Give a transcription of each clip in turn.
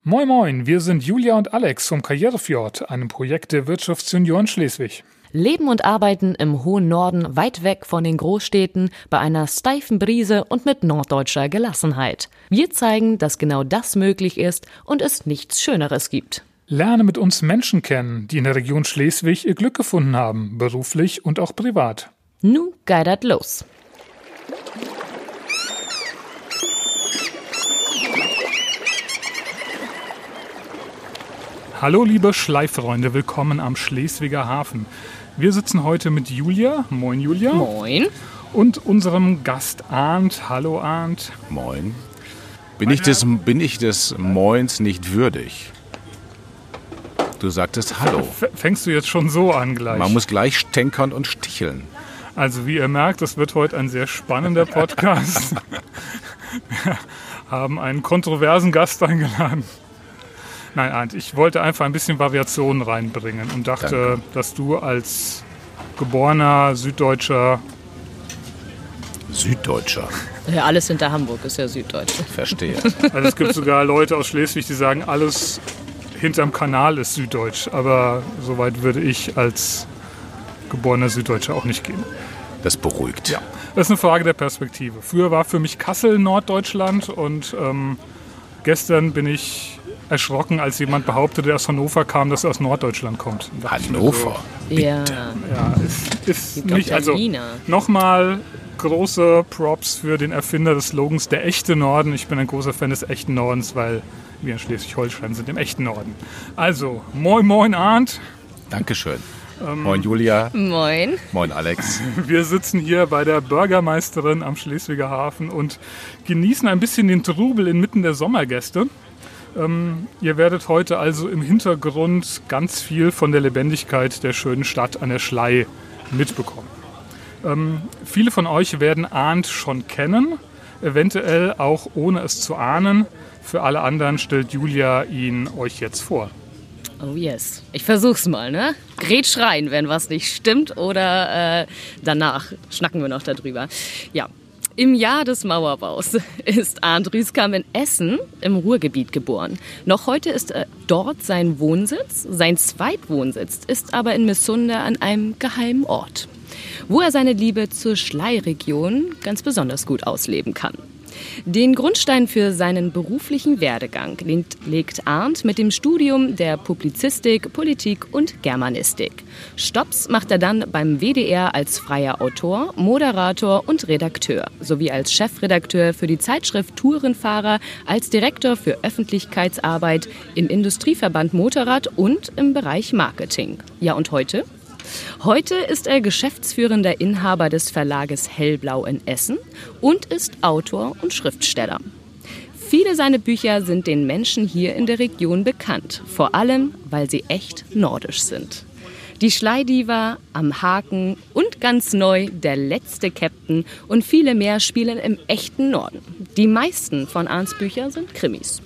Moin Moin, wir sind Julia und Alex vom Karrierefjord, einem Projekt der Wirtschaftsjunioren Schleswig. Leben und arbeiten im hohen Norden, weit weg von den Großstädten, bei einer steifen Brise und mit norddeutscher Gelassenheit. Wir zeigen, dass genau das möglich ist und es nichts Schöneres gibt. Lerne mit uns Menschen kennen, die in der Region Schleswig ihr Glück gefunden haben, beruflich und auch privat. Nu geidert los. Hallo liebe Schleiffreunde, willkommen am Schleswiger Hafen. Wir sitzen heute mit Julia. Moin Julia. Moin. Und unserem Gast Arndt. Hallo Arndt. Moin. Bin ich des Moins nicht würdig? Du sagtest Hallo. Fängst du jetzt schon so an gleich? Man muss gleich stänkern und sticheln. Also wie ihr merkt, das wird heute ein sehr spannender Podcast. Wir haben einen kontroversen Gast eingeladen. Nein, Arndt, ich wollte einfach ein bisschen Variation reinbringen und dachte, dass du als geborener Süddeutscher... Ja, alles hinter Hamburg ist ja Süddeutsch. Verstehe. Also es gibt sogar Leute aus Schleswig, die sagen, alles hinterm Kanal ist Süddeutsch. Aber so weit würde ich als geborener Süddeutscher auch nicht gehen. Das beruhigt. Ja, das ist eine Frage der Perspektive. Früher war für mich Kassel Norddeutschland und gestern bin ich erschrocken, als jemand behauptete, der aus Hannover kam, dass er aus Norddeutschland kommt. Hannover? So, ja, ist nicht. Also nochmal große Props für den Erfinder des Slogans Der echte Norden. Ich bin ein großer Fan des echten Nordens, weil wir in Schleswig-Holstein sind im echten Norden. Also, moin moin Arndt. Dankeschön. Moin Julia. Moin. Moin Alex. Wir sitzen hier bei der Bürgermeisterin am Schleswiger Hafen und genießen ein bisschen den Trubel inmitten der Sommergäste. Ihr werdet heute also im Hintergrund ganz viel von der Lebendigkeit der schönen Stadt an der Schlei mitbekommen. Viele von euch werden Arndt schon kennen, eventuell auch ohne es zu ahnen. Für alle anderen stellt Julia ihn euch jetzt vor. Oh yes. Ich versuch's mal, ne? Gretsch rein, wenn was nicht stimmt oder danach schnacken wir noch darüber. Ja. Im Jahr des Mauerbaus ist Arndt Rüskam in Essen im Ruhrgebiet geboren. Noch heute ist dort sein Wohnsitz. Sein Zweitwohnsitz ist aber in Missunde an einem geheimen Ort, wo er seine Liebe zur Schlei-Region ganz besonders gut ausleben kann. Den Grundstein für seinen beruflichen Werdegang legt Arndt mit dem Studium der Publizistik, Politik und Germanistik. Stopps macht er dann beim WDR als freier Autor, Moderator und Redakteur, sowie als Chefredakteur für die Zeitschrift Tourenfahrer, als Direktor für Öffentlichkeitsarbeit im Industrieverband Motorrad und im Bereich Marketing. Ja, und heute? Heute ist er geschäftsführender Inhaber des Verlages Hellblau in Essen und ist Autor und Schriftsteller. Viele seiner Bücher sind den Menschen hier in der Region bekannt, vor allem, weil sie echt nordisch sind. Die Schleidiva, Am Haken und ganz neu Der letzte Captain und viele mehr spielen im echten Norden. Die meisten von Arndts Büchern sind Krimis.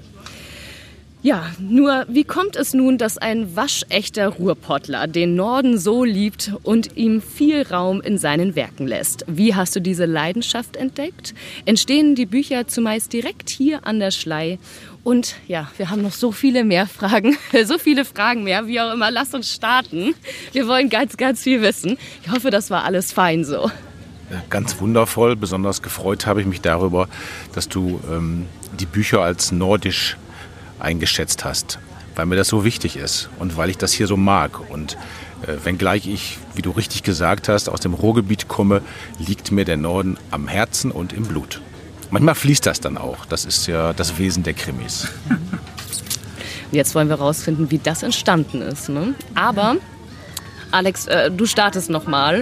Ja, nur wie kommt es nun, dass ein waschechter Ruhrpottler den Norden so liebt und ihm viel Raum in seinen Werken lässt? Wie hast du diese Leidenschaft entdeckt? Entstehen die Bücher zumeist direkt hier an der Schlei? Und ja, wir haben noch so viele mehr Fragen, mehr, wie auch immer. Lass uns starten. Wir wollen ganz, ganz viel wissen. Ich hoffe, das war alles fein so. Ganz wundervoll. Besonders gefreut habe ich mich darüber, dass du die Bücher als nordisch eingeschätzt hast, weil mir das so wichtig ist und weil ich das hier so mag. Und wenngleich ich, wie du richtig gesagt hast, aus dem Ruhrgebiet komme, liegt mir der Norden am Herzen und im Blut. Manchmal fließt das dann auch. Das ist ja das Wesen der Krimis. Jetzt wollen wir rausfinden, wie das entstanden ist, ne? Aber, Alex, du startest nochmal.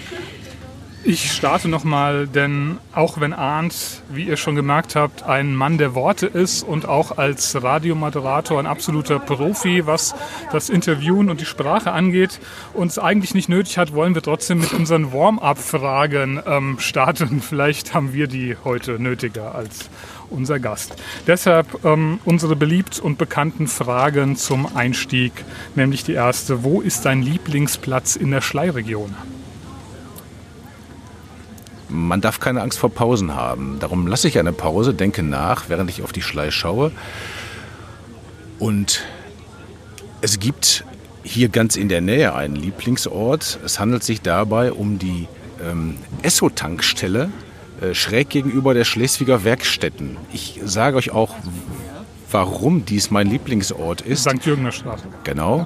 Ich starte nochmal, denn auch wenn Arndt, wie ihr schon gemerkt habt, ein Mann der Worte ist und auch als Radiomoderator ein absoluter Profi, was das Interviewen und die Sprache angeht, uns eigentlich nicht nötig hat, wollen wir trotzdem mit unseren Warm-up-Fragen starten. Vielleicht haben wir die heute nötiger als unser Gast. Deshalb unsere beliebt und bekannten Fragen zum Einstieg, nämlich die erste: Wo ist dein Lieblingsplatz in der Schlei-Region? Man darf keine Angst vor Pausen haben. Darum lasse ich eine Pause, denke nach, während ich auf die Schlei schaue Und es gibt hier ganz in der Nähe einen Lieblingsort. Es handelt sich dabei um die Esso-Tankstelle schräg gegenüber der Schleswiger Werkstätten. Ich sage euch auch, warum dies mein Lieblingsort ist. St. Jürgener Straße. Genau.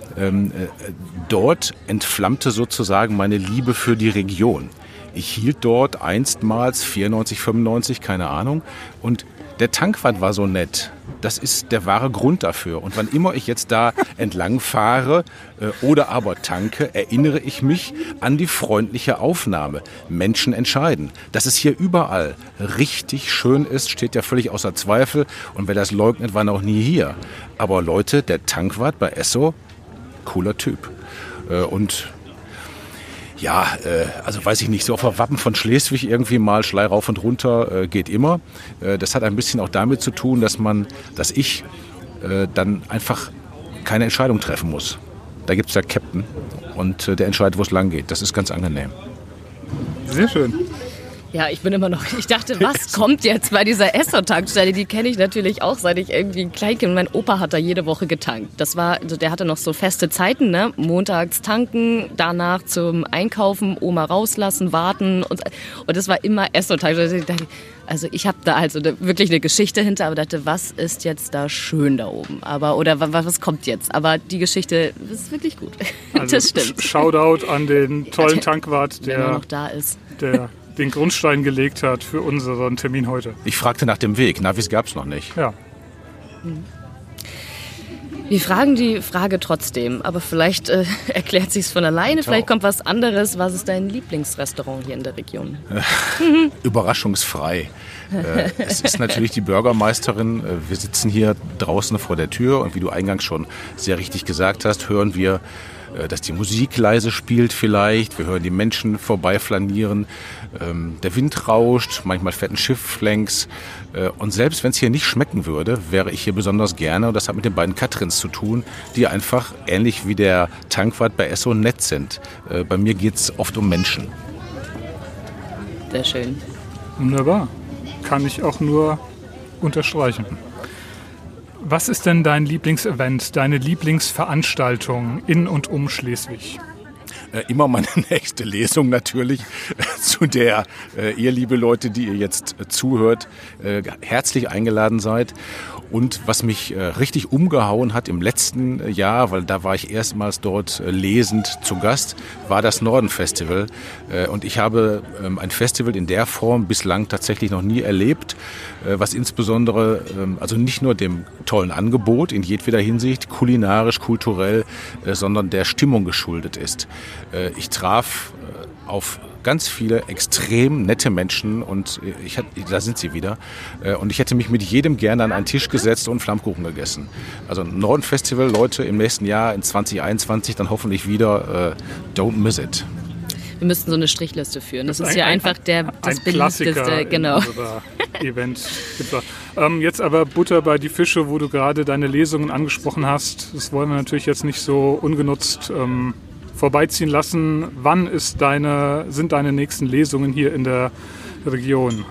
Dort entflammte sozusagen meine Liebe für die Region. Ich hielt dort einstmals 94, 95, keine Ahnung. Und der Tankwart war so nett. Das ist der wahre Grund dafür. Und wann immer ich jetzt da entlang fahre oder aber tanke, erinnere ich mich an die freundliche Aufnahme. Menschen entscheiden. Dass es hier überall richtig schön ist, steht ja völlig außer Zweifel. Und wer das leugnet, war noch nie hier. Aber Leute, der Tankwart bei Esso, cooler Typ. Und ja, also weiß ich nicht, so auf der Wappen von Schleswig irgendwie mal Schlei rauf und runter geht immer. Das hat ein bisschen auch damit zu tun, dass ich dann einfach keine Entscheidung treffen muss. Da gibt es ja Captain und der entscheidet, wo es lang geht. Das ist ganz angenehm. Sehr schön. Ja, ich dachte, was kommt jetzt bei dieser Esso-Tankstelle? Die kenne ich natürlich auch, seit ich irgendwie ein Kleinkind. Mein Opa hat da jede Woche getankt. Der hatte noch so feste Zeiten, ne? Montags tanken, danach zum Einkaufen, Oma rauslassen, warten. Und das war immer Esso-Tankstelle. Also ich habe da wirklich eine Geschichte hinter, aber dachte, was ist jetzt da schön da oben? Oder was kommt jetzt? Aber die Geschichte ist wirklich gut. Also das stimmt. Shoutout an den tollen Tankwart, der noch da ist. Der den Grundstein gelegt hat für unseren Termin heute. Ich fragte nach dem Weg. Navis gab es noch nicht. Ja. Wir fragen die Frage trotzdem, aber vielleicht erklärt sich's von alleine, vielleicht kommt was anderes. Was ist dein Lieblingsrestaurant hier in der Region? Überraschungsfrei. Es ist natürlich die Bürgermeisterin. Wir sitzen hier draußen vor der Tür und wie du eingangs schon sehr richtig gesagt hast, hören wir, dass die Musik leise spielt vielleicht. Wir hören die Menschen vorbeiflanieren. Der Wind rauscht, manchmal fährt ein Schiff längs. Und selbst wenn es hier nicht schmecken würde, wäre ich hier besonders gerne. Und das hat mit den beiden Katrins zu tun, die einfach ähnlich wie der Tankwart bei Esso nett sind. Bei mir geht es oft um Menschen. Sehr schön. Wunderbar. Kann ich auch nur unterstreichen. Was ist denn dein Lieblingsevent, deine Lieblingsveranstaltung in und um Schleswig? Immer meine nächste Lesung natürlich, zu der ihr, liebe Leute, die ihr jetzt zuhört, herzlich eingeladen seid. Und was mich richtig umgehauen hat im letzten Jahr, weil da war ich erstmals dort lesend zu Gast, war das Norden-Festival. Und ich habe ein Festival in der Form bislang tatsächlich noch nie erlebt, was insbesondere, also nicht nur dem tollen Angebot in jedweder Hinsicht, kulinarisch, kulturell, sondern der Stimmung geschuldet ist. Ich traf auf ganz viele extrem nette Menschen und da sind sie wieder. Und ich hätte mich mit jedem gerne an einen Tisch gesetzt und Flammkuchen gegessen. Also Norden-Festival, Leute, im nächsten Jahr, in 2021, dann hoffentlich wieder. Don't miss it. Wir müssten so eine Strichliste führen. Das ist ja einfach das beliebteste, genau. Event. Jetzt aber Butter bei die Fische, wo du gerade deine Lesungen angesprochen hast. Das wollen wir natürlich jetzt nicht so ungenutzt vorbeiziehen lassen. Wann sind deine nächsten Lesungen hier in der Region?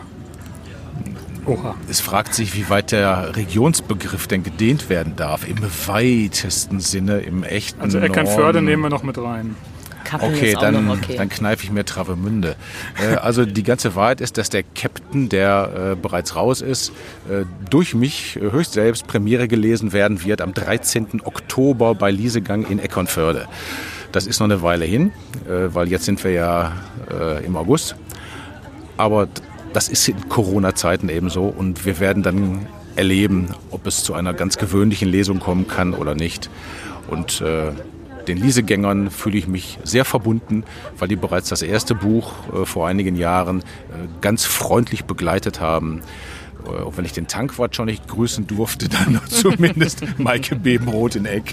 Oha. Es fragt sich, wie weit der Regionsbegriff denn gedehnt werden darf. Im weitesten Sinne, im echten Also Eckernförde nehmen wir noch mit rein. Kappeln Okay, ist auch dann, noch okay. Dann kneife ich mir Travemünde. Also die ganze Wahrheit ist, dass der Captain, der bereits raus ist, durch mich höchst selbst Premiere gelesen werden wird am 13. Oktober bei Liesegang in Eckernförde. Das ist noch eine Weile hin, weil jetzt sind wir ja im August. Aber das ist in Corona-Zeiten eben so und wir werden dann erleben, ob es zu einer ganz gewöhnlichen Lesung kommen kann oder nicht. Und den Liesegängern fühle ich mich sehr verbunden, weil die bereits das erste Buch vor einigen Jahren ganz freundlich begleitet haben. Auch wenn ich den Tankwart schon nicht grüßen durfte, dann zumindest Maike Bebenroth in Eck.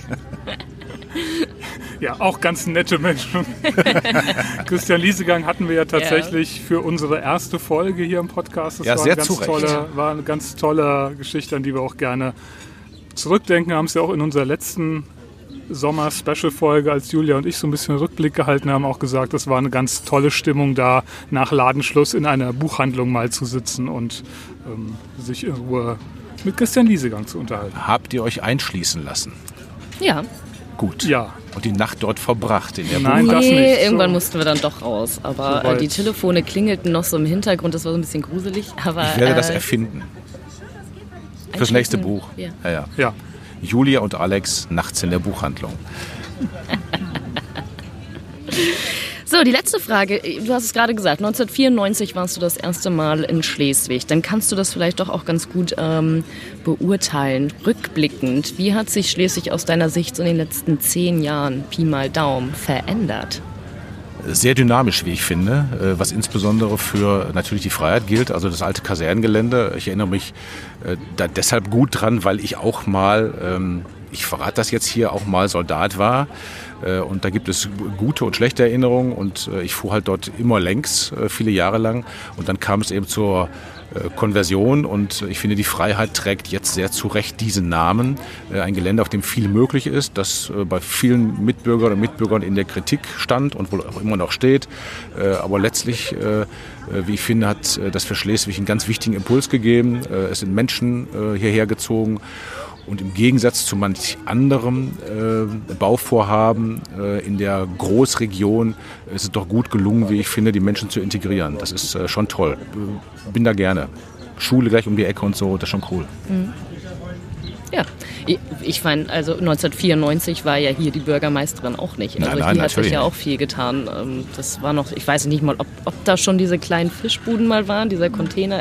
Ja, auch ganz nette Menschen. Christian Liesegang hatten wir ja tatsächlich für unsere erste Folge hier im Podcast. Das war eine ganz tolle Geschichte, an die wir auch gerne zurückdenken. Wir haben es ja auch in unserer letzten Sommer-Special-Folge, als Julia und ich so ein bisschen Rückblick gehalten haben, auch gesagt, das war eine ganz tolle Stimmung da, nach Ladenschluss in einer Buchhandlung mal zu sitzen und sich in Ruhe mit Christian Liesegang zu unterhalten. Habt ihr euch einschließen lassen? Ja. Gut. Ja. Und die Nacht dort verbracht in der Nein, Bucht? das nicht. Irgendwann mussten wir dann doch raus. Aber Soweit. die Telefone klingelten noch so im Hintergrund, das war so ein bisschen gruselig. Aber, Ich werde das erfinden. Fürs nächste Buch. Ja. Ja. Julia und Alex nachts in der Buchhandlung. So, die letzte Frage. Du hast es gerade gesagt, 1994 warst du das erste Mal in Schleswig. Dann kannst du das vielleicht doch auch ganz gut beurteilen, rückblickend. Wie hat sich Schleswig aus deiner Sicht so in den letzten 10 Jahren, Pi mal Daumen, verändert? Sehr dynamisch, wie ich finde, was insbesondere für natürlich die Freiheit gilt, also das alte Kasernengelände. Ich erinnere mich da deshalb gut dran, weil ich auch mal, ich verrate das jetzt hier, auch mal Soldat war. Und da gibt es gute und schlechte Erinnerungen und ich fuhr halt dort immer längs, viele Jahre lang. Und dann kam es eben zur Konversion und ich finde, die Freiheit trägt jetzt sehr zu Recht diesen Namen. Ein Gelände, auf dem viel möglich ist, das bei vielen Mitbürgerinnen und Mitbürgern in der Kritik stand und wohl auch immer noch steht. Aber letztlich, wie ich finde, hat das für Schleswig einen ganz wichtigen Impuls gegeben. Es sind Menschen hierher gezogen. Und im Gegensatz zu manch anderem Bauvorhaben in der Großregion ist es doch gut gelungen, wie ich finde, die Menschen zu integrieren. Das ist schon toll. Bin da gerne. Schule gleich um die Ecke und so, das ist schon cool. Mhm. Ja, ich meine, also 1994 war ja hier die Bürgermeisterin auch nicht. Also nein, hier hat sich ja nicht. auch viel getan. Das war noch, ich weiß nicht mal, ob da schon diese kleinen Fischbuden mal waren, dieser Container.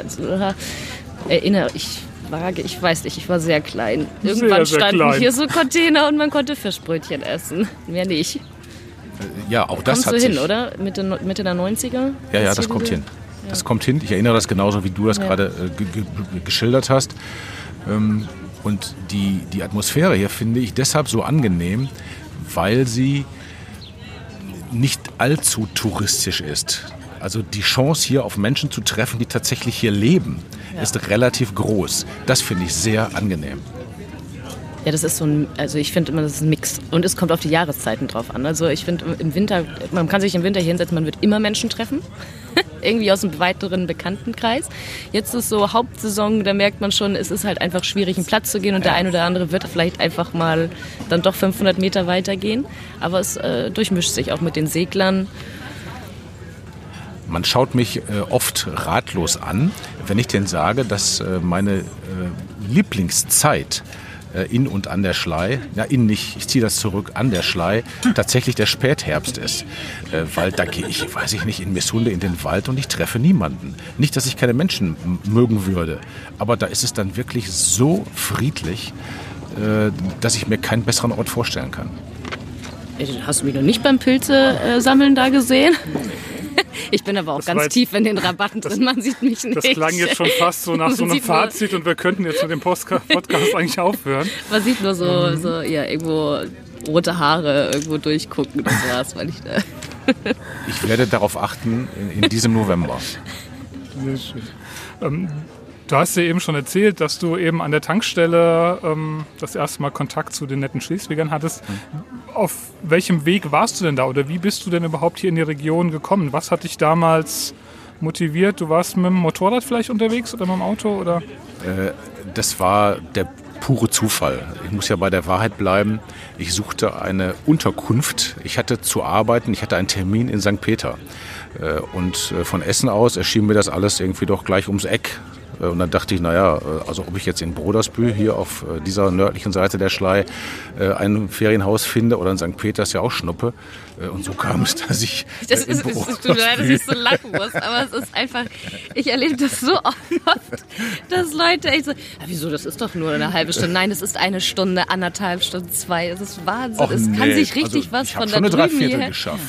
Ich weiß nicht, ich war sehr klein. Irgendwann sehr standen klein. hier so Container und man konnte Fischbrötchen essen. Mehr nicht. Ja, auch das Kommst hat du sich... hin, oder? Mitte der 90er? Ja, das kommt hin. Das kommt hin. Ich erinnere das genauso, wie du das gerade geschildert hast. Und die Atmosphäre hier finde ich deshalb so angenehm, weil sie nicht allzu touristisch ist. Also die Chance hier auf Menschen zu treffen, die tatsächlich hier leben, ist relativ groß. Das finde ich sehr angenehm. Ja, das ist so ein, also ich finde immer, das ist ein Mix. Und es kommt auf die Jahreszeiten drauf an. Also ich finde im Winter, man kann sich im Winter hier hinsetzen, man wird immer Menschen treffen. Irgendwie aus einem weiteren Bekanntenkreis. Jetzt ist so Hauptsaison, da merkt man schon, es ist halt einfach schwierig, einen Platz zu gehen und der ein oder andere wird vielleicht einfach mal dann doch 500 Meter weitergehen. Aber es durchmischt sich auch mit den Seglern. Man schaut mich oft ratlos an, wenn ich denn sage, dass meine Lieblingszeit in und an der Schlei, in nicht, ich ziehe das zurück, an der Schlei, tatsächlich der Spätherbst ist. Weil da gehe ich, weiß ich nicht, in Missunde in den Wald und ich treffe niemanden. Nicht, dass ich keine Menschen mögen würde, aber da ist es dann wirklich so friedlich, dass ich mir keinen besseren Ort vorstellen kann. Hast du mich noch nicht beim Pilze sammeln da gesehen? Ich bin aber auch ganz tief in den Rabatten drin, man sieht mich nicht. Das klang jetzt schon fast so nach so einem Fazit und wir könnten jetzt mit dem Podcast eigentlich aufhören. Man sieht nur so irgendwo rote Haare irgendwo durchgucken, das war's, weil ich da... Ich werde darauf achten in diesem November. Sehr schön. Du hast ja eben schon erzählt, dass du eben an der Tankstelle das erste Mal Kontakt zu den netten Schleswigern hattest. Auf welchem Weg warst du denn da oder wie bist du denn überhaupt hier in die Region gekommen? Was hat dich damals motiviert? Du warst mit dem Motorrad vielleicht unterwegs oder mit dem Auto? Oder? Das war der pure Zufall. Ich muss ja bei der Wahrheit bleiben. Ich suchte eine Unterkunft. Ich hatte zu arbeiten, ich hatte einen Termin in St. Peter. Und von Essen aus erschien mir das alles irgendwie doch gleich ums Eck. Und dann dachte ich, also ob ich jetzt in Brodersbühl hier auf dieser nördlichen Seite der Schlei ein Ferienhaus finde oder in St. Peter ist ja auch Schnuppe. Und so kam es, dass ich das ist so lachen muss, aber es ist einfach, ich erlebe das so oft, dass Leute echt so, wieso, das ist doch nur eine halbe Stunde. Nein, das ist eine Stunde, 1,5 Stunden, 2. Es ist Wahnsinn. Es kann sich richtig was von da drüben Ich habe schon eine 3/4 geschafft.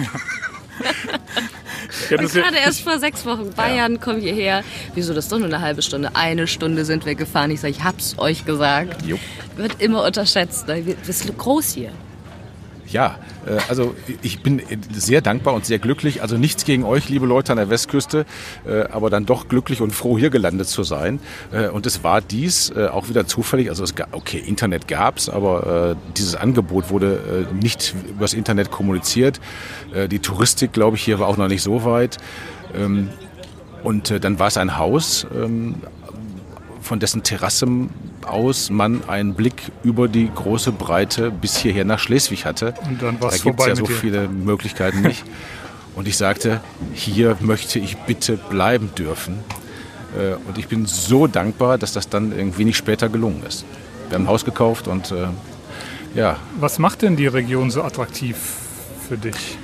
Und gerade erst vor 6 Wochen, Bayern, komm hierher. Wieso, das ist doch nur eine halbe Stunde. 1 Stunde sind wir gefahren. Ich sage, ich hab's euch gesagt. Jo. Wird immer unterschätzt. Wir sind groß hier. Ja, also ich bin sehr dankbar und sehr glücklich. Also nichts gegen euch, liebe Leute an der Westküste, aber dann doch glücklich und froh, hier gelandet zu sein. Und es war dies auch wieder zufällig. Also Internet gab's, aber dieses Angebot wurde nicht übers Internet kommuniziert. Die Touristik, glaube ich, hier war auch noch nicht so weit. Und dann war es ein Haus von dessen Terrasse aus man einen Blick über die große Breite bis hierher nach Schleswig hatte. Und dann war es da gibt es vorbei ja so mit dir. viele Möglichkeiten nicht. Und ich sagte, hier möchte ich bitte bleiben dürfen. Und ich bin so dankbar, dass das dann irgendwie wenig später gelungen ist. Wir haben ein Haus gekauft und ja. Was macht denn die Region so attraktiv für dich?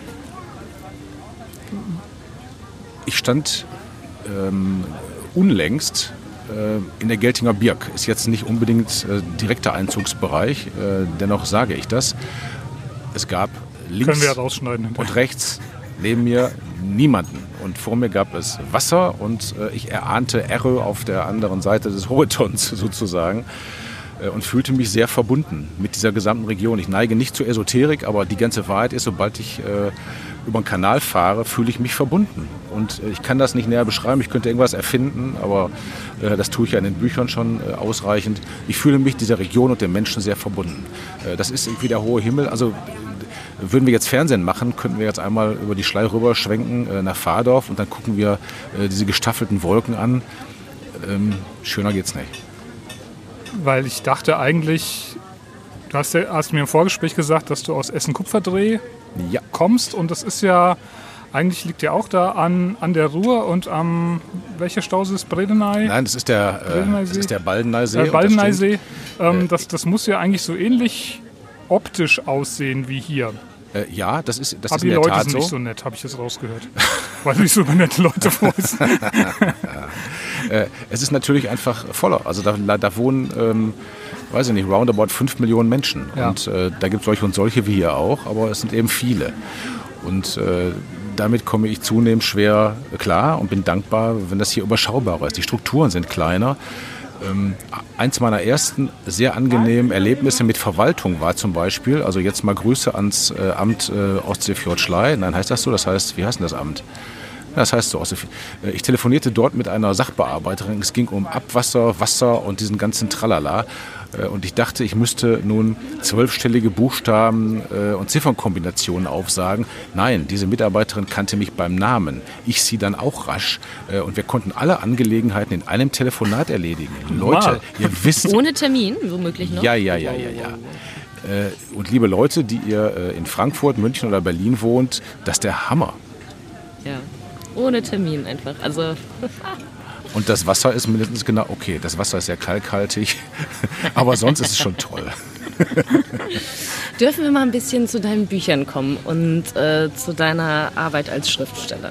Ich stand unlängst in der Geltinger Birk. Ist jetzt nicht unbedingt direkter Einzugsbereich, dennoch sage ich das. Es gab links Können wir rausschneiden. und rechts neben mir niemanden. Und vor mir gab es Wasser und ich erahnte Erre auf der anderen Seite des Horizonts sozusagen und fühlte mich sehr verbunden mit dieser gesamten Region. Ich neige nicht zur Esoterik, aber die ganze Wahrheit ist, sobald ich über den Kanal fahre, fühle ich mich verbunden. Und ich kann das nicht näher beschreiben, ich könnte irgendwas erfinden, aber das tue ich ja in den Büchern schon ausreichend. Ich fühle mich dieser Region und den Menschen sehr verbunden. Das ist irgendwie der hohe Himmel. Also würden wir jetzt Fernsehen machen, könnten wir jetzt einmal über die Schlei rüber schwenken nach Fahrdorf und dann gucken wir diese gestaffelten Wolken an. Schöner geht's nicht. Weil ich dachte eigentlich, du hast mir im Vorgespräch gesagt, dass du aus Essen-Kupferdreh Ja. kommst und das ist ja, eigentlich liegt ja auch da an der Ruhr und am, welcher Stausee ist Bredeney? Nein, das ist der Baldeneysee. Baldeneysee. Das muss ja eigentlich so ähnlich optisch aussehen wie hier. Ja, das ist Aber die in der Leute Tat sind so. nicht so nett, habe ich jetzt rausgehört. Weil du nicht so über nette Leute freust. Es ist natürlich einfach voller. Also da wohnen, weiß ich nicht, roundabout 5 Millionen Menschen. Ja. Und da gibt es solche und solche wie hier auch, aber es sind eben viele. Und damit komme ich zunehmend schwer klar und bin dankbar, wenn das hier überschaubarer ist. Die Strukturen sind kleiner. Eins meiner ersten sehr angenehmen Erlebnisse mit Verwaltung war zum Beispiel, also jetzt mal Grüße ans Amt Ostseefjord-Schlei. Nein, heißt das so? Das heißt, wie heißt denn das Amt? Das heißt so. Ich telefonierte dort mit einer Sachbearbeiterin. Es ging um Abwasser, Wasser und diesen ganzen Tralala. Und ich dachte, ich müsste nun 12-stellige Buchstaben und Ziffernkombinationen aufsagen. Nein, diese Mitarbeiterin kannte mich beim Namen. Ich sie dann auch rasch. Und wir konnten alle Angelegenheiten in einem Telefonat erledigen. Leute, ihr wisst... Ohne Termin, womöglich noch? Ja. Und liebe Leute, die ihr in Frankfurt, München oder Berlin wohnt, das ist der Hammer. Ja, ohne Termin einfach. Also... Und das Wasser ist mindestens genau, okay, das Wasser ist sehr kalkhaltig, aber sonst ist es schon toll. Dürfen wir mal ein bisschen zu deinen Büchern kommen und zu deiner Arbeit als Schriftsteller?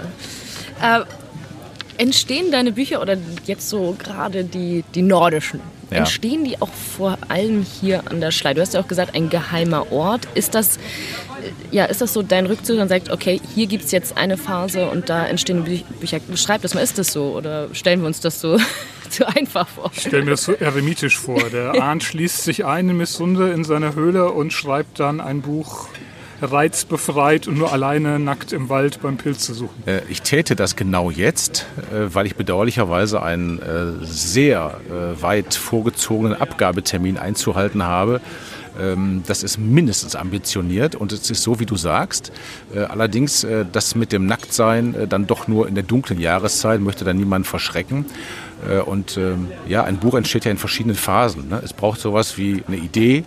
Entstehen deine Bücher oder jetzt so gerade die nordischen, Ja. entstehen die auch vor allem hier an der Schlei? Du hast ja auch gesagt, ein geheimer Ort. Ist das so dein Rückzug und sagt, okay, hier gibt es jetzt eine Phase und da entstehen Bücher. Beschreib das mal, ist das so oder stellen wir uns das so zu einfach vor? Ich stelle mir das so eremitisch vor. Der Arndt schließt sich ein in Missunde in seiner Höhle und schreibt dann ein Buch reizbefreit und nur alleine nackt im Wald beim Pilze suchen. Ich täte das genau jetzt, weil ich bedauerlicherweise einen sehr weit vorgezogenen Abgabetermin einzuhalten habe. Das ist mindestens ambitioniert und es ist so, wie du sagst. Allerdings das mit dem Nacktsein dann doch nur in der dunklen Jahreszeit, möchte da niemand verschrecken. Und ein Buch entsteht ja in verschiedenen Phasen. Ne? Es braucht sowas wie eine Idee,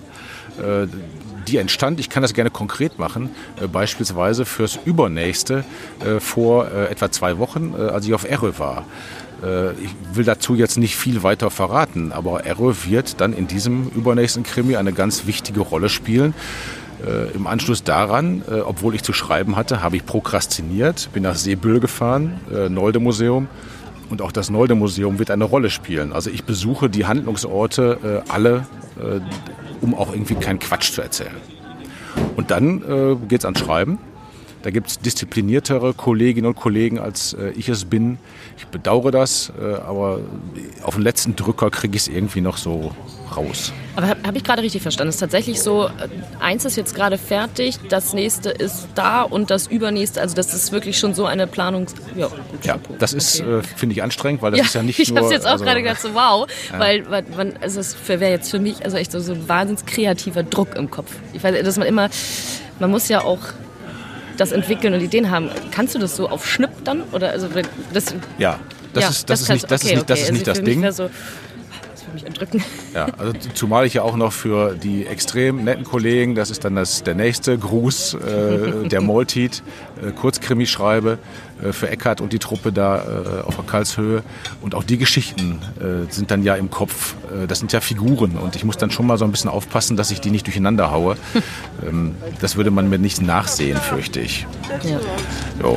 die entstand, ich kann das gerne konkret machen, beispielsweise fürs Übernächste vor etwa 2 Wochen, als ich auf Erre war. Ich will dazu jetzt nicht viel weiter verraten, aber Erre wird dann in diesem übernächsten Krimi eine ganz wichtige Rolle spielen. Im Anschluss daran, obwohl ich zu schreiben hatte, habe ich prokrastiniert, bin nach Seebüll gefahren, Nolde-Museum. Und auch das Nolde-Museum wird eine Rolle spielen. Also ich besuche die Handlungsorte alle, um auch irgendwie keinen Quatsch zu erzählen. Und dann geht's ans Schreiben. Da gibt es diszipliniertere Kolleginnen und Kollegen, als ich es bin. Ich bedauere das, aber auf den letzten Drücker kriege ich es irgendwie noch so raus. Aber habe ich gerade richtig verstanden? Es ist tatsächlich so, eins ist jetzt gerade fertig, das nächste ist da und das übernächste, also das ist wirklich schon so eine Planung. Ja, das ist, okay. Finde ich anstrengend, weil das ist ja nicht ich nur... Ich habe es jetzt auch gerade gedacht, so wow, ja. weil es wäre jetzt für mich also echt so ein wahnsinns kreativer Druck im Kopf. Ich weiß, dass man muss ja auch das entwickeln und Ideen haben. Kannst du das so auf Schnipp dann? Oder also das, ja, das ist nicht das Ding. Das würde mich erdrücken. Ja, also zumal ich ja auch noch für die extrem netten Kollegen, das ist dann der nächste Gruß, der Maltit, Kurzkrimi schreibe für Eckart und die Truppe da auf der Karlshöhe. Und auch die Geschichten sind dann ja im Kopf. Das sind ja Figuren und ich muss dann schon mal so ein bisschen aufpassen, dass ich die nicht durcheinander haue. Das würde man mir nicht nachsehen, fürchte ich. Ja. Jo.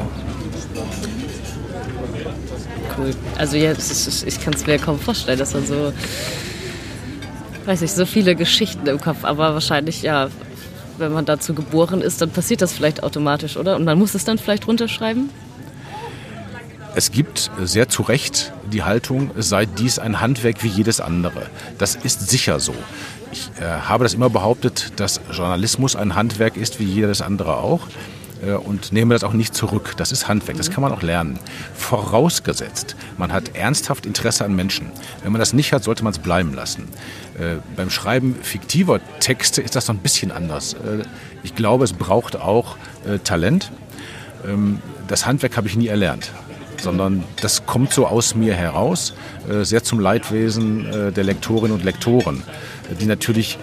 Cool. Also ja, ich kann es mir kaum vorstellen, dass man so, weiß nicht, so viele Geschichten im Kopf, aber wahrscheinlich, ja, wenn man dazu geboren ist, dann passiert das vielleicht automatisch, oder? Und man muss es dann vielleicht runterschreiben? Es gibt sehr zu Recht die Haltung, sei dies ein Handwerk wie jedes andere. Das ist sicher so. Ich habe das immer behauptet, dass Journalismus ein Handwerk ist wie jedes andere auch. Und nehme das auch nicht zurück. Das ist Handwerk, das kann man auch lernen. Vorausgesetzt, man hat ernsthaft Interesse an Menschen. Wenn man das nicht hat, sollte man es bleiben lassen. Beim Schreiben fiktiver Texte ist das noch ein bisschen anders. Ich glaube, es braucht auch Talent. Das Handwerk habe ich nie erlernt, sondern das kommt so aus mir heraus, sehr zum Leidwesen der Lektorinnen und Lektoren, die natürlich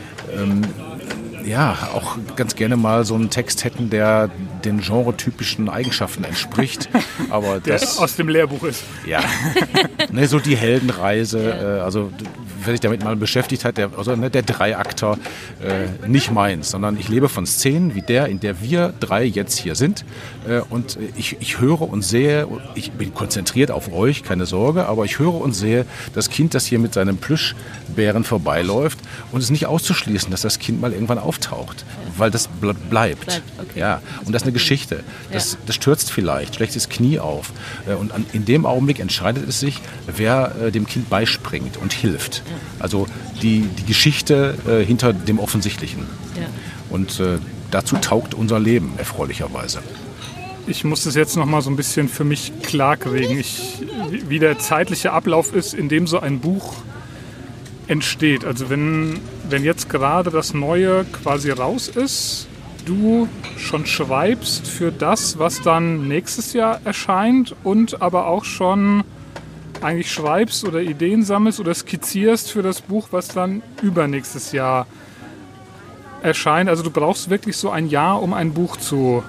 auch ganz gerne mal so einen Text hätten, der den genretypischen Eigenschaften entspricht. Aber der aus dem Lehrbuch ist. Ja, ne, so die Heldenreise, also wer sich damit mal beschäftigt hat, der Dreiakter, nicht meins, sondern ich lebe von Szenen wie der, in der wir drei jetzt hier sind. Und ich höre und sehe, ich bin konzentriert auf euch, keine Sorge, aber ich höre und sehe das Kind, das hier mit seinem Plüschbären vorbeiläuft, und es ist nicht auszuschließen, dass das Kind mal irgendwann auftaucht, weil das bleibt. Okay. Ja, und das ist eine Geschichte. Das stürzt vielleicht, schlägt das Knie auf. Und in dem Augenblick entscheidet es sich, wer dem Kind beispringt und hilft. Also die Geschichte hinter dem Offensichtlichen. Ja. Und dazu taugt unser Leben, erfreulicherweise. Ich muss das jetzt noch mal so ein bisschen für mich klarkriegen, wie der zeitliche Ablauf ist, in dem so ein Buch entsteht. Also wenn jetzt gerade das Neue quasi raus ist, du schon schreibst für das, was dann nächstes Jahr erscheint, und aber auch schon eigentlich schreibst oder Ideen sammelst oder skizzierst für das Buch, was dann übernächstes Jahr erscheint. Also du brauchst wirklich so ein Jahr, um ein Buch zu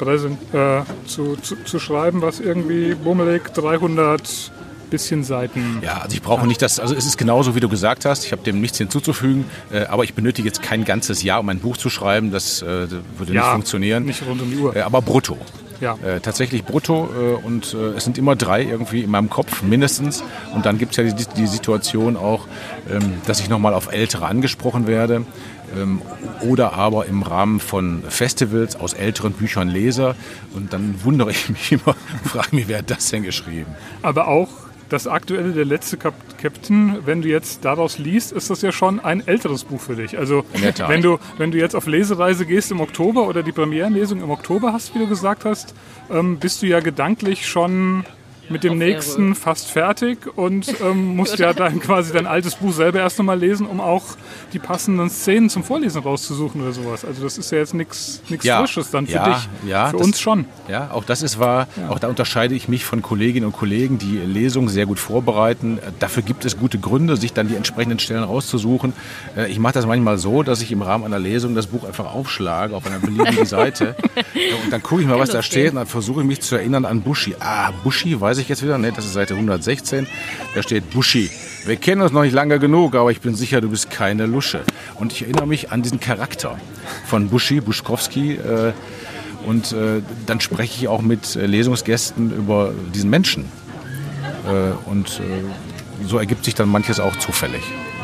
schreiben, was irgendwie bummelig 300 bisschen Seiten. Ja, also ich brauche nicht das, also es ist genauso, wie du gesagt hast, ich habe dem nichts hinzuzufügen, aber ich benötige jetzt kein ganzes Jahr, um ein Buch zu schreiben, das würde nicht funktionieren. Nicht rund um die Uhr. Aber brutto. Ja. Tatsächlich brutto, und es sind immer 3 irgendwie in meinem Kopf, mindestens. Und dann gibt es ja die Situation auch, dass ich nochmal auf Ältere angesprochen werde, oder aber im Rahmen von Festivals aus älteren Büchern lese. Und dann wundere ich mich immer und frage mich, wer hat das denn geschrieben? Aber auch das aktuelle, der letzte Captain, wenn du jetzt daraus liest, ist das ja schon ein älteres Buch für dich. Also wenn du jetzt auf Lesereise gehst im Oktober oder die Premierenlesung im Oktober hast, wie du gesagt hast, bist du ja gedanklich schon mit dem nächsten fast fertig und musst ja dann quasi dein altes Buch selber erst nochmal lesen, um auch die passenden Szenen zum Vorlesen rauszusuchen oder sowas. Also das ist ja jetzt nichts Frisches dann für dich. Ja, für uns schon. Ja, auch das ist wahr. Ja. Auch da unterscheide ich mich von Kolleginnen und Kollegen, die Lesungen sehr gut vorbereiten. Dafür gibt es gute Gründe, sich dann die entsprechenden Stellen rauszusuchen. Ich mache das manchmal so, dass ich im Rahmen einer Lesung das Buch einfach aufschlage auf einer beliebigen Seite. Und dann gucke ich mal, was da steht, und dann versuche ich mich zu erinnern an Buschi. Buschi, weiß ich jetzt wieder, ne, das ist Seite 116. Da steht: Buschi, wir kennen uns noch nicht lange genug, aber ich bin sicher, du bist keine Lusche. Und ich erinnere mich an diesen Charakter von Buschkowski. Und dann spreche ich auch mit Lesungsgästen über diesen Menschen. Und so ergibt sich dann manches auch zufällig.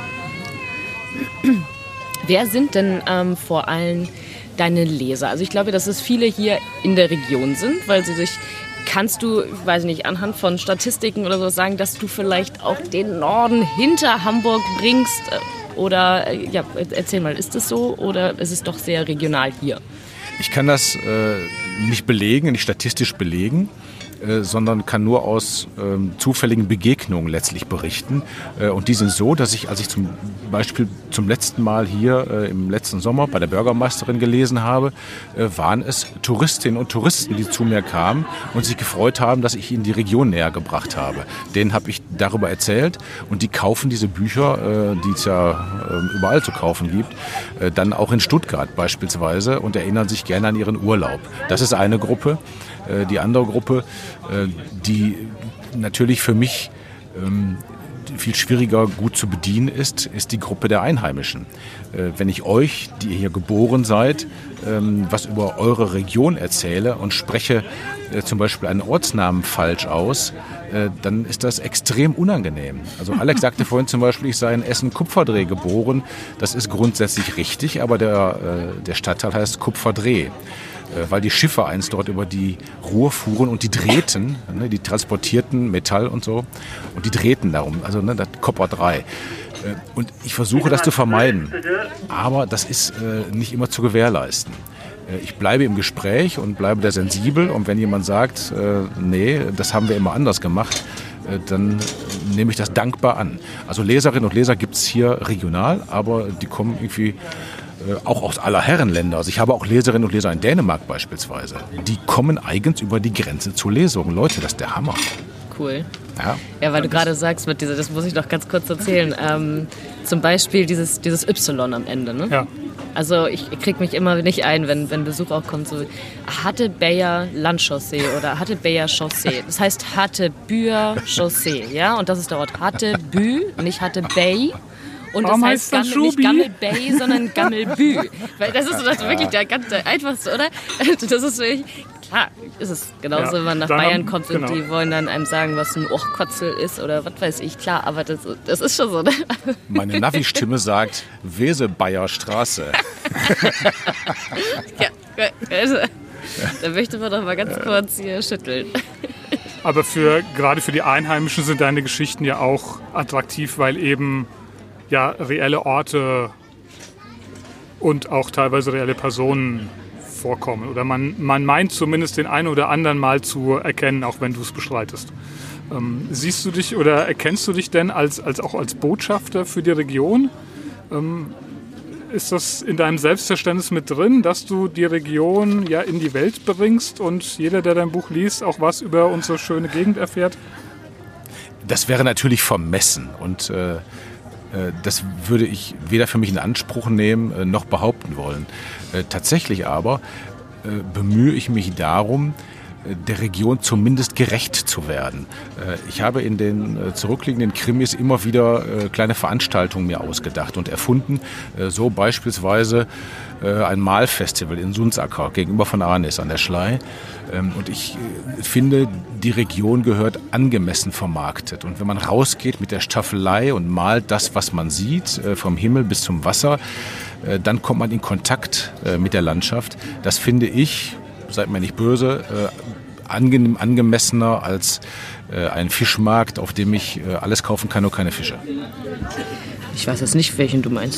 Wer sind denn vor allem deine Leser? Also ich glaube, dass es viele hier in der Region sind, weil sie sich... Kannst du, ich weiß nicht, anhand von Statistiken oder so sagen, dass du vielleicht auch den Norden hinter Hamburg bringst? Oder, erzähl mal, ist das so oder ist es doch sehr regional hier? Ich kann das nicht belegen, nicht statistisch belegen. sondern kann nur aus zufälligen Begegnungen letztlich berichten. Und die sind so, dass ich, als ich zum Beispiel zum letzten Mal hier im letzten Sommer bei der Bürgermeisterin gelesen habe, waren es Touristinnen und Touristen, die zu mir kamen und sich gefreut haben, dass ich ihnen die Region näher gebracht habe. Denen habe ich darüber erzählt und die kaufen diese Bücher, die es ja überall zu kaufen gibt, dann auch in Stuttgart beispielsweise und erinnern sich gerne an ihren Urlaub. Das ist eine Gruppe. Die andere Gruppe, die natürlich für mich viel schwieriger gut zu bedienen ist die Gruppe der Einheimischen. Wenn ich euch, die ihr hier geboren seid, was über eure Region erzähle und spreche zum Beispiel einen Ortsnamen falsch aus, dann ist das extrem unangenehm. Also Alex sagte vorhin zum Beispiel, ich sei in Essen-Kupferdreh geboren. Das ist grundsätzlich richtig, aber der Stadtteil heißt Kupferdreh. Weil die Schiffe einst dort über die Ruhr fuhren und die drehten, die transportierten Metall und so, und die drehten darum, also das Kopper 3. Und ich versuche das zu vermeiden, aber das ist nicht immer zu gewährleisten. Ich bleibe im Gespräch und bleibe da sensibel und wenn jemand sagt, nee, das haben wir immer anders gemacht, dann nehme ich das dankbar an. Also Leserinnen und Leser gibt es hier regional, aber die kommen irgendwie auch aus aller Herrenländer. Also ich habe auch Leserinnen und Leser in Dänemark beispielsweise. Die kommen eigens über die Grenze zu Lesungen. Leute, das ist der Hammer. Cool. Ja, weil du gerade sagst, das muss ich noch ganz kurz erzählen. Zum Beispiel dieses Y am Ende. Ne? Ja. Also ich kriege mich immer nicht ein, wenn Besuch auch kommt, so Hattebäyer Landchaussee oder Hattebäyer Chaussee. Das heißt Hattebüer Chaussee, ja? Und das ist der Ort Hattebü, nicht Hattebey. Und das heißt nicht Gammelbey, sondern Gammelbü. Weil das ist wirklich der ganz einfachste, oder? Das ist wirklich, klar, ist es genauso, wenn man nach Bayern kommt und die wollen dann einem sagen, was ein Ochkotzel ist oder was weiß ich, klar, aber das ist schon so, ne? Meine Navi-Stimme sagt Wesebayer Straße. Ja, also, da möchte man doch mal ganz kurz hier schütteln. Aber gerade für die Einheimischen sind deine Geschichten ja auch attraktiv, weil eben ja reelle Orte und auch teilweise reelle Personen vorkommen. Oder man meint zumindest den einen oder anderen mal zu erkennen, auch wenn du es bestreitest. Siehst du dich oder erkennst du dich denn auch als Botschafter für die Region? Ist das in deinem Selbstverständnis mit drin, dass du die Region ja in die Welt bringst und jeder, der dein Buch liest, auch was über unsere schöne Gegend erfährt? Das wäre natürlich vermessen und das würde ich weder für mich in Anspruch nehmen noch behaupten wollen. Tatsächlich aber bemühe ich mich darum, der Region zumindest gerecht zu werden. Ich habe in den zurückliegenden Krimis immer wieder kleine Veranstaltungen mir ausgedacht und erfunden. So beispielsweise ein Malfestival in Sundsacker gegenüber von Arnis an der Schlei. Und ich finde, die Region gehört angemessen vermarktet. Und wenn man rausgeht mit der Staffelei und malt das, was man sieht, vom Himmel bis zum Wasser, dann kommt man in Kontakt mit der Landschaft. Das finde ich, seid mir nicht böse, angemessener als ein Fischmarkt, auf dem ich alles kaufen kann, nur keine Fische. Ich weiß jetzt nicht, welchen du meinst.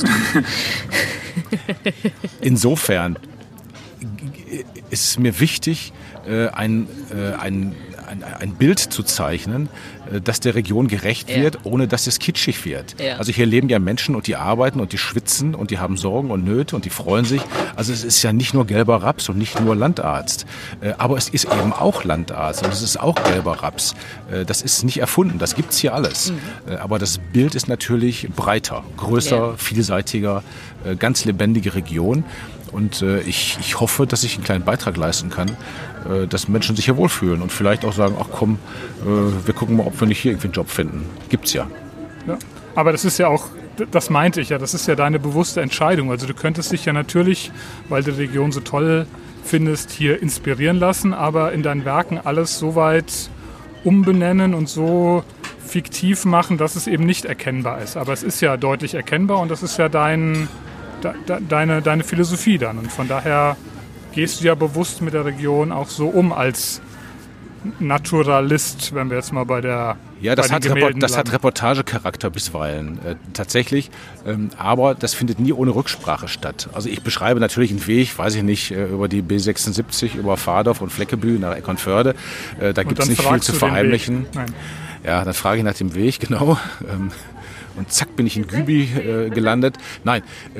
Insofern ist es mir wichtig, ein Bild zu zeichnen, das der Region gerecht wird, ohne dass es kitschig wird. Ja. Also hier leben ja Menschen und die arbeiten und die schwitzen und die haben Sorgen und Nöte und die freuen sich. Also es ist ja nicht nur gelber Raps und nicht nur Landarzt. Aber es ist eben auch Landarzt und es ist auch gelber Raps. Das ist nicht erfunden, das gibt's hier alles. Aber das Bild ist natürlich breiter, größer, vielseitiger, ganz lebendige Region. Und ich hoffe, dass ich einen kleinen Beitrag leisten kann, dass Menschen sich hier wohlfühlen und vielleicht auch sagen, ach komm, wir gucken mal, ob wir nicht hier irgendwie einen Job finden. Gibt's ja. Ja. Aber das ist ja auch, das meinte ich ja, das ist ja deine bewusste Entscheidung. Also du könntest dich ja natürlich, weil du die Region so toll findest, hier inspirieren lassen, aber in deinen Werken alles so weit umbenennen und so fiktiv machen, dass es eben nicht erkennbar ist. Aber es ist ja deutlich erkennbar und das ist ja deine Philosophie dann. Und von daher gehst du ja bewusst mit der Region auch so um als Naturalist, wenn wir jetzt mal bei der Ja, das hat Reportagecharakter bisweilen, tatsächlich. Aber das findet nie ohne Rücksprache statt. Also ich beschreibe natürlich einen Weg, weiß ich nicht, über die B76, über Fahrdorf und Fleckebü nach Eckernförde. Da gibt es nicht viel zu verheimlichen. Ja, dann frage ich nach dem Weg, genau. Und zack, bin ich in Gübi gelandet. Nein,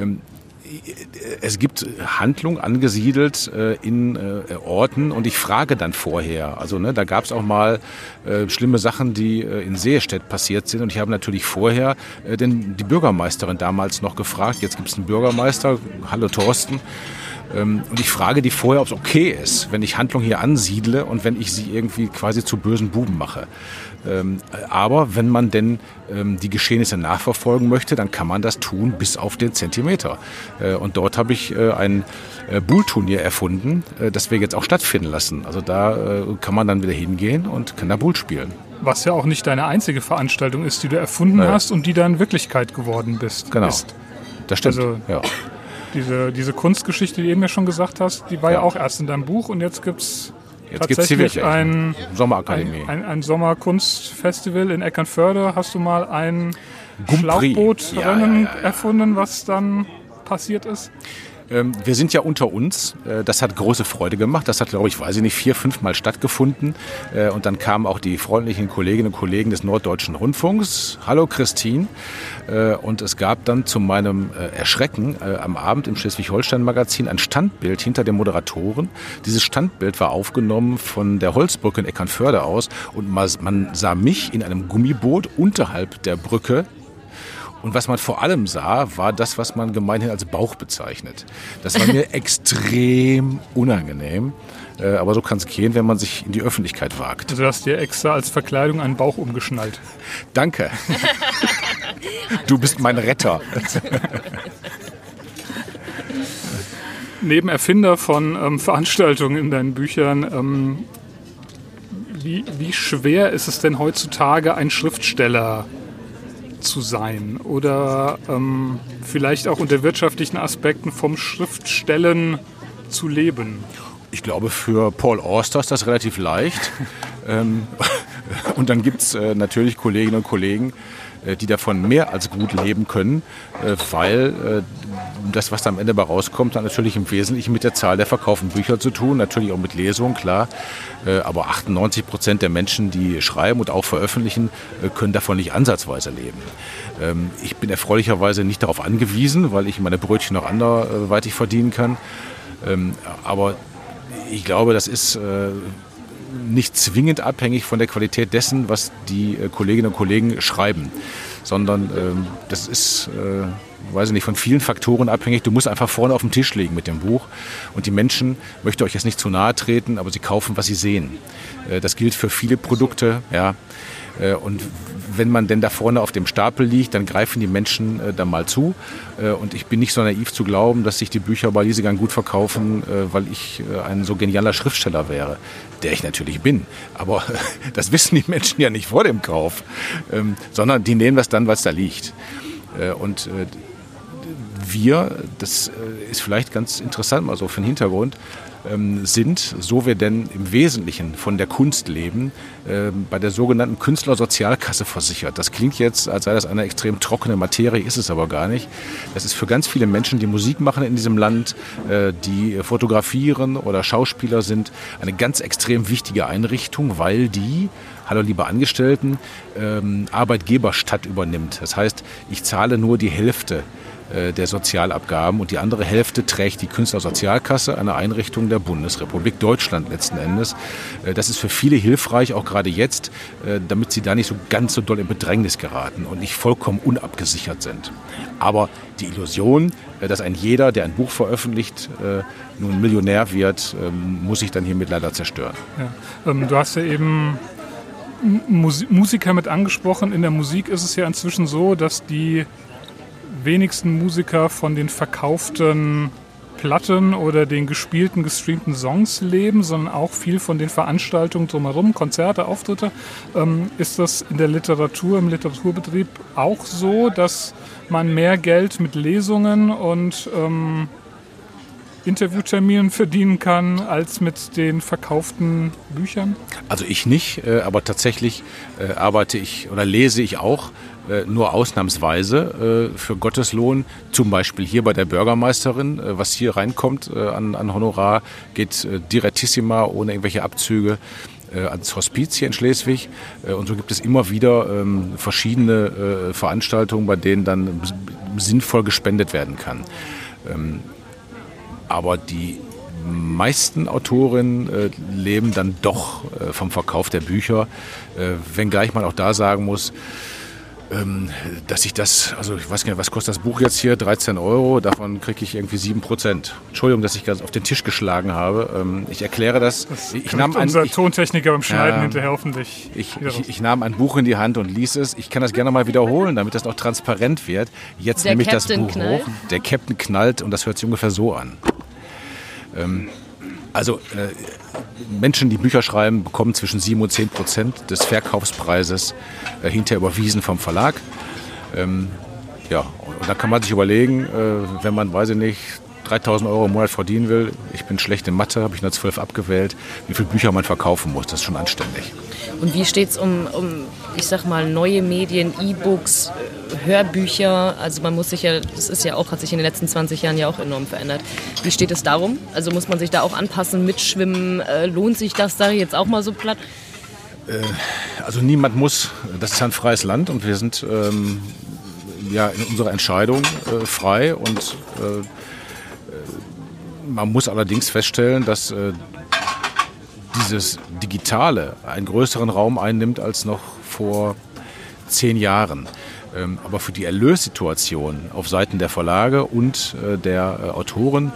es gibt Handlung angesiedelt in Orten und ich frage dann vorher. Also da gab es auch mal schlimme Sachen, die in Sehestedt passiert sind und ich habe natürlich vorher die Bürgermeisterin damals noch gefragt. Jetzt gibt es einen Bürgermeister, hallo Thorsten. Und ich frage die vorher, ob es okay ist, wenn ich Handlung hier ansiedle und wenn ich sie irgendwie quasi zu bösen Buben mache. Aber wenn man denn die Geschehnisse nachverfolgen möchte, dann kann man das tun bis auf den Zentimeter. Und dort habe ich ein Bull-Turnier erfunden, das wir jetzt auch stattfinden lassen. Also da kann man dann wieder hingehen und kann da Bull spielen. Was ja auch nicht deine einzige Veranstaltung ist, die du erfunden hast und die dann Wirklichkeit geworden bist. Genau, das stimmt. Also, ja. Diese Kunstgeschichte, die du eben ja schon gesagt hast, die war ja auch erst in deinem Buch und jetzt gibt es tatsächlich ein Sommerkunstfestival in Eckernförde. Hast du mal ein Schlauchbootrennen erfunden, was dann passiert ist? Wir sind ja unter uns. Das hat große Freude gemacht. Das hat, glaube ich, 4-5 Mal stattgefunden. Und dann kamen auch die freundlichen Kolleginnen und Kollegen des Norddeutschen Rundfunks. Hallo Christine. Und es gab dann zu meinem Erschrecken am Abend im Schleswig-Holstein-Magazin ein Standbild hinter den Moderatoren. Dieses Standbild war aufgenommen von der Holzbrücke in Eckernförde aus. Und man sah mich in einem Gummiboot unterhalb der Brücke. Und was man vor allem sah, war das, was man gemeinhin als Bauch bezeichnet. Das war mir extrem unangenehm. Aber so kann es gehen, wenn man sich in die Öffentlichkeit wagt. Also du hast dir extra als Verkleidung einen Bauch umgeschnallt. Danke. Du bist mein Retter. Neben Erfinder von Veranstaltungen in deinen Büchern, wie schwer ist es denn heutzutage, ein Schriftsteller zu sein oder vielleicht auch unter wirtschaftlichen Aspekten vom Schriftstellen zu leben? Ich glaube, für Paul Auster ist das relativ leicht. Und dann gibt es natürlich Kolleginnen und Kollegen, die davon mehr als gut leben können, weil das, was da am Ende bei rauskommt, hat natürlich im Wesentlichen mit der Zahl der verkauften Bücher zu tun, natürlich auch mit Lesungen, klar. Aber 98% der Menschen, die schreiben und auch veröffentlichen, können davon nicht ansatzweise leben. Ich bin erfreulicherweise nicht darauf angewiesen, weil ich meine Brötchen noch anderweitig verdienen kann. Aber ich glaube, das ist nicht zwingend abhängig von der Qualität dessen, was die Kolleginnen und Kollegen schreiben, sondern das ist, weiß ich nicht, von vielen Faktoren abhängig. Du musst einfach vorne auf dem Tisch legen mit dem Buch und die Menschen, möchte euch jetzt nicht zu nahe treten, aber sie kaufen, was sie sehen. Das gilt für viele Produkte, ja. Und wenn man denn da vorne auf dem Stapel liegt, dann greifen die Menschen da mal zu. Und ich bin nicht so naiv zu glauben, dass sich die Bücher bei Liesegang gut verkaufen, weil ich ein so genialer Schriftsteller wäre, der ich natürlich bin. Aber das wissen die Menschen ja nicht vor dem Kauf, sondern die nehmen das dann, weil es da liegt. Und wir, das ist vielleicht ganz interessant mal so für den Hintergrund, sind, so wir denn im Wesentlichen von der Kunst leben, bei der sogenannten Künstlersozialkasse versichert. Das klingt jetzt, als sei das eine extrem trockene Materie, ist es aber gar nicht. Das ist für ganz viele Menschen, die Musik machen in diesem Land, die fotografieren oder Schauspieler sind, eine ganz extrem wichtige Einrichtung, weil die, hallo liebe Angestellten, Arbeitgeberstadt übernimmt. Das heißt, ich zahle nur die Hälfte der Sozialabgaben und die andere Hälfte trägt die Künstlersozialkasse, eine Einrichtung der Bundesrepublik Deutschland letzten Endes. Das ist für viele hilfreich, auch gerade jetzt, damit sie da nicht so ganz so doll in Bedrängnis geraten und nicht vollkommen unabgesichert sind. Aber die Illusion, dass ein jeder, der ein Buch veröffentlicht, nun Millionär wird, muss ich dann hiermit leider zerstören. Ja. Du hast ja eben Musiker mit angesprochen. In der Musik ist es ja inzwischen so, dass die wenigsten Musiker von den verkauften Platten oder den gespielten, gestreamten Songs leben, sondern auch viel von den Veranstaltungen drumherum, Konzerte, Auftritte. Ist das in der Literatur, im Literaturbetrieb auch so, dass man mehr Geld mit Lesungen und Interviewterminen verdienen kann als mit den verkauften Büchern? Also ich nicht, aber tatsächlich arbeite ich oder lese ich auch nur ausnahmsweise für Gotteslohn. Zum Beispiel hier bei der Bürgermeisterin, was hier reinkommt an Honorar, geht direttissima ohne irgendwelche Abzüge ans Hospiz hier in Schleswig. Und so gibt es immer wieder verschiedene Veranstaltungen, bei denen dann sinnvoll gespendet werden kann. Aber die meisten Autorinnen leben dann doch vom Verkauf der Bücher, wenngleich man auch da sagen muss, dass ich das, also ich weiß gar nicht, was kostet das Buch jetzt hier? 13 €, davon kriege ich irgendwie 7%. Entschuldigung, dass ich ganz auf den Tisch geschlagen habe. Ich erkläre das. Ich nahm unser Tontechniker beim Schneiden hinterher hoffentlich. Ich nahm ein Buch in die Hand und ließ es. Ich kann das gerne mal wiederholen, damit das auch transparent wird. Jetzt nehme ich das Buch hoch. Der Captain knallt und das hört sich ungefähr so an. Menschen, die Bücher schreiben, bekommen zwischen 7 und 10% des Verkaufspreises hinterher überwiesen vom Verlag. Und da kann man sich überlegen, wenn man, weiß ich nicht, 3.000 € im Monat verdienen will, ich bin schlecht in Mathe, habe ich nur 12 abgewählt, wie viele Bücher man verkaufen muss, das ist schon anständig. Und wie steht es um, ich sag mal, neue Medien, E-Books, Hörbücher? Also man muss sich ja, das ist ja auch, hat sich in den letzten 20 Jahren ja auch enorm verändert. Wie steht es darum? Also muss man sich da auch anpassen, mitschwimmen? Lohnt sich das da jetzt auch mal so platt? Also niemand muss, das ist ein freies Land und wir sind in unserer Entscheidung frei und man muss allerdings feststellen, dass dieses Digitale einen größeren Raum einnimmt als noch vor 10 Jahren. Aber für die Erlössituation auf Seiten der Verlage und der Autoren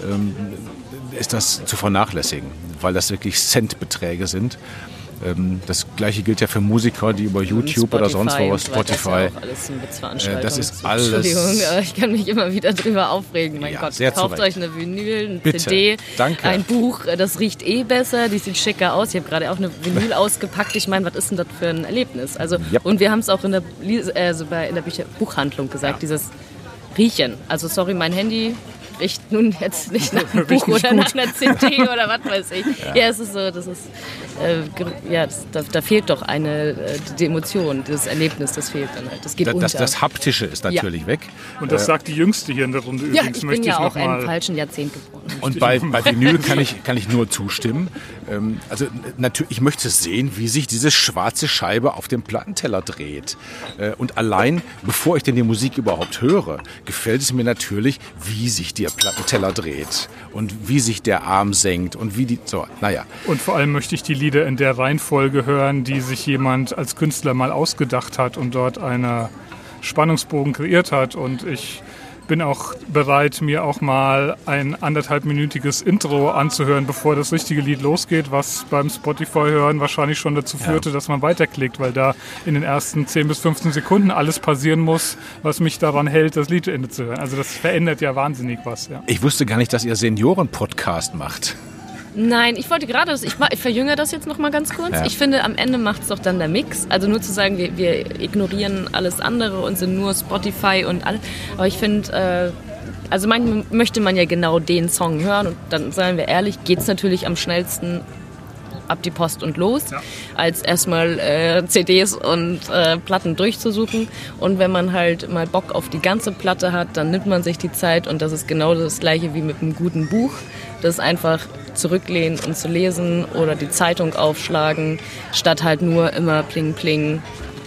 ist das zu vernachlässigen, weil das wirklich Centbeträge sind. Das Gleiche gilt ja für Musiker, die über YouTube oder sonst wo, Spotify. Das ist alles. Entschuldigung, ich kann mich immer wieder drüber aufregen. Mein Gott, kauft euch eine Vinyl, eine CD, danke. Ein Buch, das riecht besser, die sieht schicker aus. Ich habe gerade auch eine Vinyl ausgepackt. Ich meine, was ist denn das für ein Erlebnis? Also, und wir haben es auch in der Buchhandlung gesagt, dieses Riechen. Also sorry, mein Handy riecht nun jetzt nicht nach einem Buch oder nach einer CD oder was weiß ich. Ja, es ist so, das ist, da fehlt doch die Emotion, das Erlebnis, das fehlt dann halt. Das geht unter. Das Haptische ist natürlich weg. Und das sagt die Jüngste hier in der Runde übrigens. Ich bin ja auch im falschen Jahrzehnt geboren. Und bei Vinyl kann ich nur zustimmen. Also natürlich, ich möchte sehen, wie sich diese schwarze Scheibe auf dem Plattenteller dreht. Und allein, bevor ich denn die Musik überhaupt höre, gefällt es mir natürlich, wie sich der Plattenteller dreht und wie sich der Arm senkt und wie die, so, naja. Und vor allem möchte ich die Lieder in der Reihenfolge hören, die sich jemand als Künstler mal ausgedacht hat und dort einen Spannungsbogen kreiert hat. Und ich bin auch bereit, mir auch mal ein 1,5-minütiges Intro anzuhören, bevor das richtige Lied losgeht, was beim Spotify-Hören wahrscheinlich schon dazu führte, dass man weiterklickt, weil da in den ersten 10 bis 15 Sekunden alles passieren muss, was mich daran hält, das Lied zu Ende zu hören. Also das verändert ja wahnsinnig was. Ja. Ich wusste gar nicht, dass ihr Senioren-Podcast macht. Nein, ich wollte gerade, ich verjüngere das jetzt noch mal ganz kurz. Ja. Ich finde, am Ende macht es doch dann der Mix. Also nur zu sagen, wir ignorieren alles andere und sind nur Spotify und alles. Aber ich finde, also manchmal möchte man ja genau den Song hören und dann, seien wir ehrlich, geht es natürlich am schnellsten ab die Post und los, als erstmal CDs und Platten durchzusuchen. Und wenn man halt mal Bock auf die ganze Platte hat, dann nimmt man sich die Zeit und das ist genau das Gleiche wie mit einem guten Buch. Das einfach zurücklehnen und zu lesen oder die Zeitung aufschlagen, statt halt nur immer pling pling.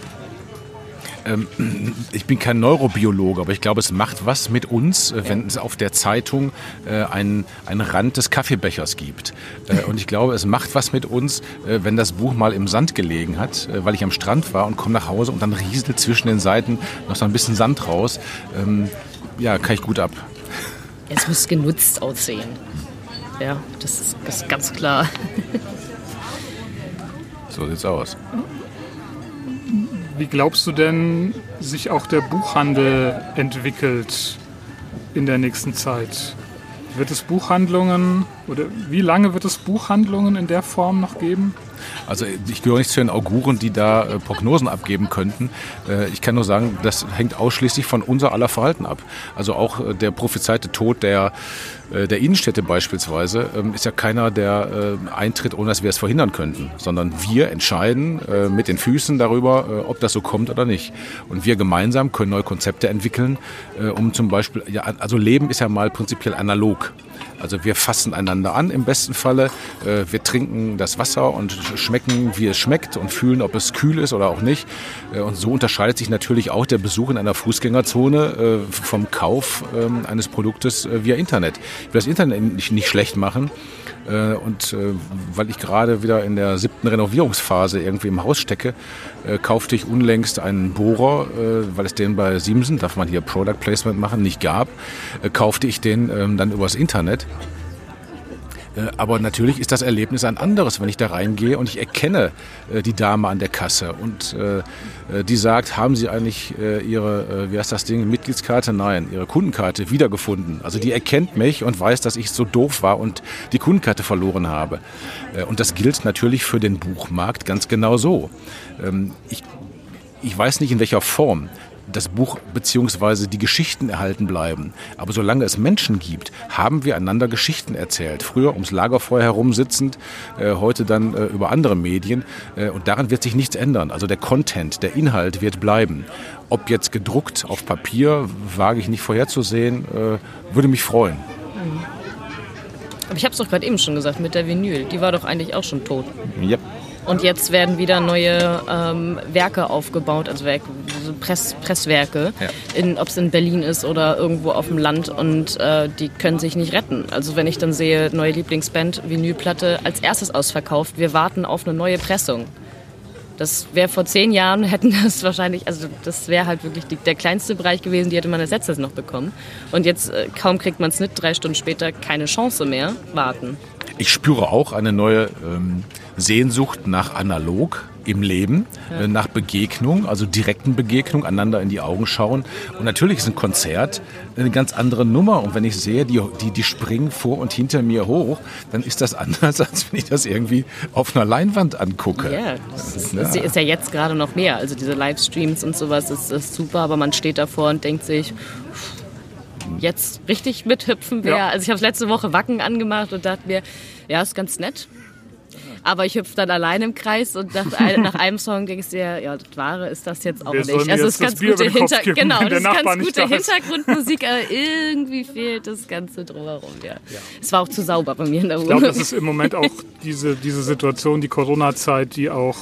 Ich bin kein Neurobiologe, aber ich glaube, es macht was mit uns, wenn es auf der Zeitung einen Rand des Kaffeebechers gibt. Und ich glaube, es macht was mit uns, wenn das Buch mal im Sand gelegen hat, weil ich am Strand war und komme nach Hause und dann rieselt zwischen den Seiten noch so ein bisschen Sand raus. Kann ich gut ab. Es muss genutzt aussehen. Ja, das ist ganz klar. So sieht's aus. Wie glaubst du denn, sich auch der Buchhandel entwickelt in der nächsten Zeit? Wird es Buchhandlungen oder wie lange wird es Buchhandlungen in der Form noch geben? Also ich gehöre nicht zu den Auguren, die da Prognosen abgeben könnten. Ich kann nur sagen, das hängt ausschließlich von unser aller Verhalten ab. Also auch der prophezeite Tod der Innenstädte beispielsweise ist ja keiner, der eintritt, ohne dass wir es verhindern könnten, sondern wir entscheiden mit den Füßen darüber, ob das so kommt oder nicht. Und wir gemeinsam können neue Konzepte entwickeln, um zum Beispiel, ja, also Leben ist ja mal prinzipiell analog. Also wir fassen einander an im besten Falle, wir trinken das Wasser und schmecken, wie es schmeckt und fühlen, ob es kühl ist oder auch nicht. Und so unterscheidet sich natürlich auch der Besuch in einer Fußgängerzone vom Kauf eines Produktes via Internet. Ich will das Internet nicht schlecht machen. Und weil ich gerade wieder in der 7. Renovierungsphase irgendwie im Haus stecke, kaufte ich unlängst einen Bohrer, weil es den bei Siemens, darf man hier Product Placement machen, nicht gab, kaufte ich den dann übers Internet. Aber natürlich ist das Erlebnis ein anderes, wenn ich da reingehe und ich erkenne die Dame an der Kasse und die sagt, haben Sie eigentlich Ihre, wie heißt das Ding, Mitgliedskarte? Nein, Ihre Kundenkarte wiedergefunden. Also die erkennt mich und weiß, dass ich so doof war und die Kundenkarte verloren habe. Und das gilt natürlich für den Buchmarkt ganz genau so. Ich weiß nicht, in welcher Form das Buch bzw. die Geschichten erhalten bleiben. Aber solange es Menschen gibt, haben wir einander Geschichten erzählt. Früher ums Lagerfeuer herum sitzend, heute dann über andere Medien. Und daran wird sich nichts ändern. Also der Content, der Inhalt wird bleiben. Ob jetzt gedruckt auf Papier, wage ich nicht vorherzusehen, würde mich freuen. Aber ich habe es doch gerade eben schon gesagt, mit der Vinyl. Die war doch eigentlich auch schon tot. Ja. Und jetzt werden wieder neue Werke aufgebaut, also Presswerke, ja. Ob es in Berlin ist oder irgendwo auf dem Land, und die können sich nicht retten. Also wenn ich dann sehe, neue Lieblingsband, Vinylplatte als erstes ausverkauft, wir warten auf eine neue Pressung. Das wäre vor 10 Jahren, hätten das wahrscheinlich, also das wäre halt wirklich der kleinste Bereich gewesen, die hätte man als letztes noch bekommen. Und jetzt kaum kriegt man es nicht, 3 Stunden später keine Chance mehr, warten. Ich spüre auch eine neue Sehnsucht nach analog im Leben, nach Begegnung, also direkten Begegnung, einander in die Augen schauen. Und natürlich ist ein Konzert eine ganz andere Nummer. Und wenn ich sehe, die springen vor und hinter mir hoch, dann ist das anders, als wenn ich das irgendwie auf einer Leinwand angucke. Ja, das ist ja jetzt gerade noch mehr. Also diese Livestreams und sowas ist super, aber man steht davor und denkt sich, jetzt richtig mithüpfen wäre. Ja. Also ich habe letzte Woche Wacken angemacht und dachte mir, ja, ist ganz nett. Aber ich hüpfe dann allein im Kreis und nach einem Song denkst du dir, ja, das Wahre ist das jetzt auch nicht. Also es ist ganz gute Hintergrundmusik, aber irgendwie fehlt das Ganze drumherum. Ja. Es war auch zu sauber bei mir in der Wohnung. Ich glaube, das ist im Moment auch diese Situation, die Corona-Zeit, die auch